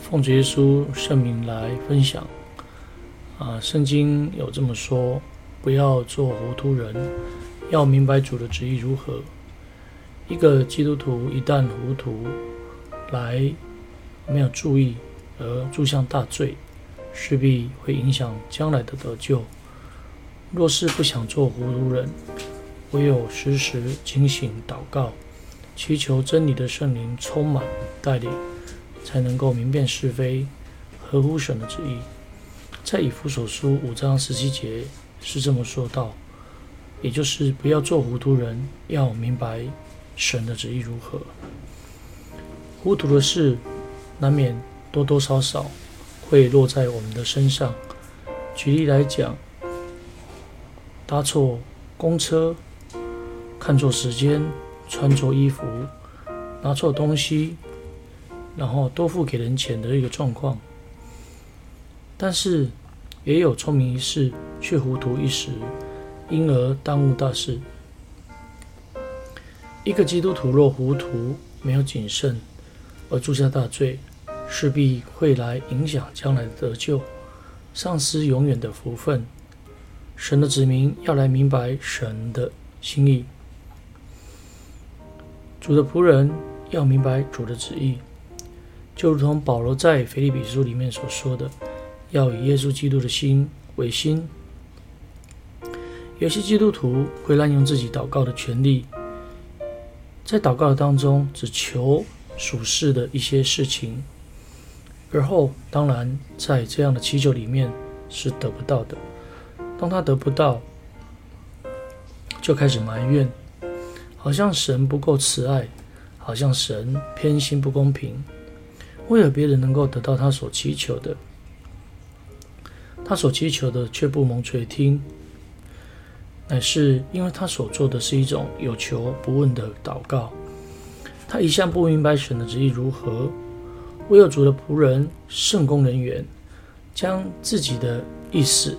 奉主耶稣圣名来分享圣经有这么说，不要做糊涂人，要明白主的旨意如何。一个基督徒一旦糊涂来没有注意而入向大罪，势必会影响将来的得救。若是不想做糊涂人，唯有时时警醒祷告，祈求真理的圣灵充满带领，才能够明辨是非，合乎神的旨意。在以弗所书5章17节是这么说道，也就是不要做糊涂人，要明白神的旨意如何。糊涂的事难免多多少少会落在我们的身上。举例来讲，搭错公车，看错时间，穿错衣服，拿错东西，然后多付给人钱的一个状况。但是也有聪明一世，却糊涂一时，因而耽误大事。一个基督徒若糊涂，没有谨慎，而铸下大罪，势必会来影响将来的得救，丧失永远的福分。神的子民要来明白神的心意，主的仆人要明白主的旨意，就如同保罗在腓立比书里面所说的，要以耶稣基督的心为心。有些基督徒会滥用自己祷告的权利，在祷告当中只求属世的一些事情，而后当然在这样的祈求里面是得不到的。当他得不到，就开始埋怨，好像神不够慈爱，好像神偏心不公平，为了别人能够得到他所祈求的，他所祈求的却不蒙垂听，乃是因为他所做的是一种有求不问的祷告。他一向不明白神的旨意如何，唯有主的仆人、圣工人员将自己的意思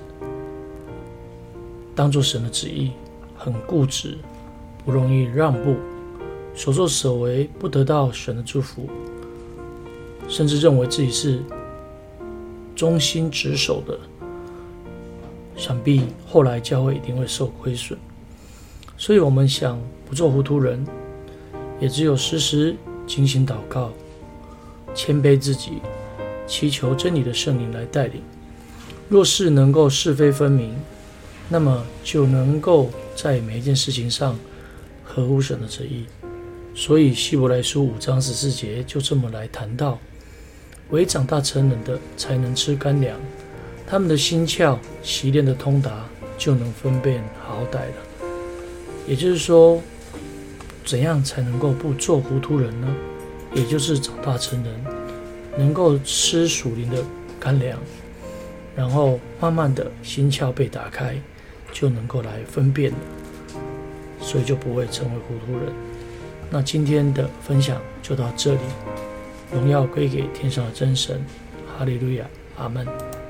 当作神的旨意，很固执，不容易让步，所作所为不得到神的祝福，甚至认为自己是忠心职守的，想必后来教会一定会受亏损。所以我们想不做糊涂人，也只有时时警醒祷告，谦卑自己，祈求真理的圣灵来带领。若是能够是非分明，那么就能够在每一件事情上合乎神的旨意。所以希伯来书5章14节就这么来谈到，唯长大成人的才能吃干粮，他们的心窍习练的通达，就能分辨好歹了。也就是说，怎样才能够不做糊涂人呢？也就是长大成人，能够吃属灵的干粮，然后慢慢的心窍被打开，就能够来分辨了，所以就不会成为糊涂人。那今天的分享就到这里，荣耀归给天上的真神，哈利路亚，阿们。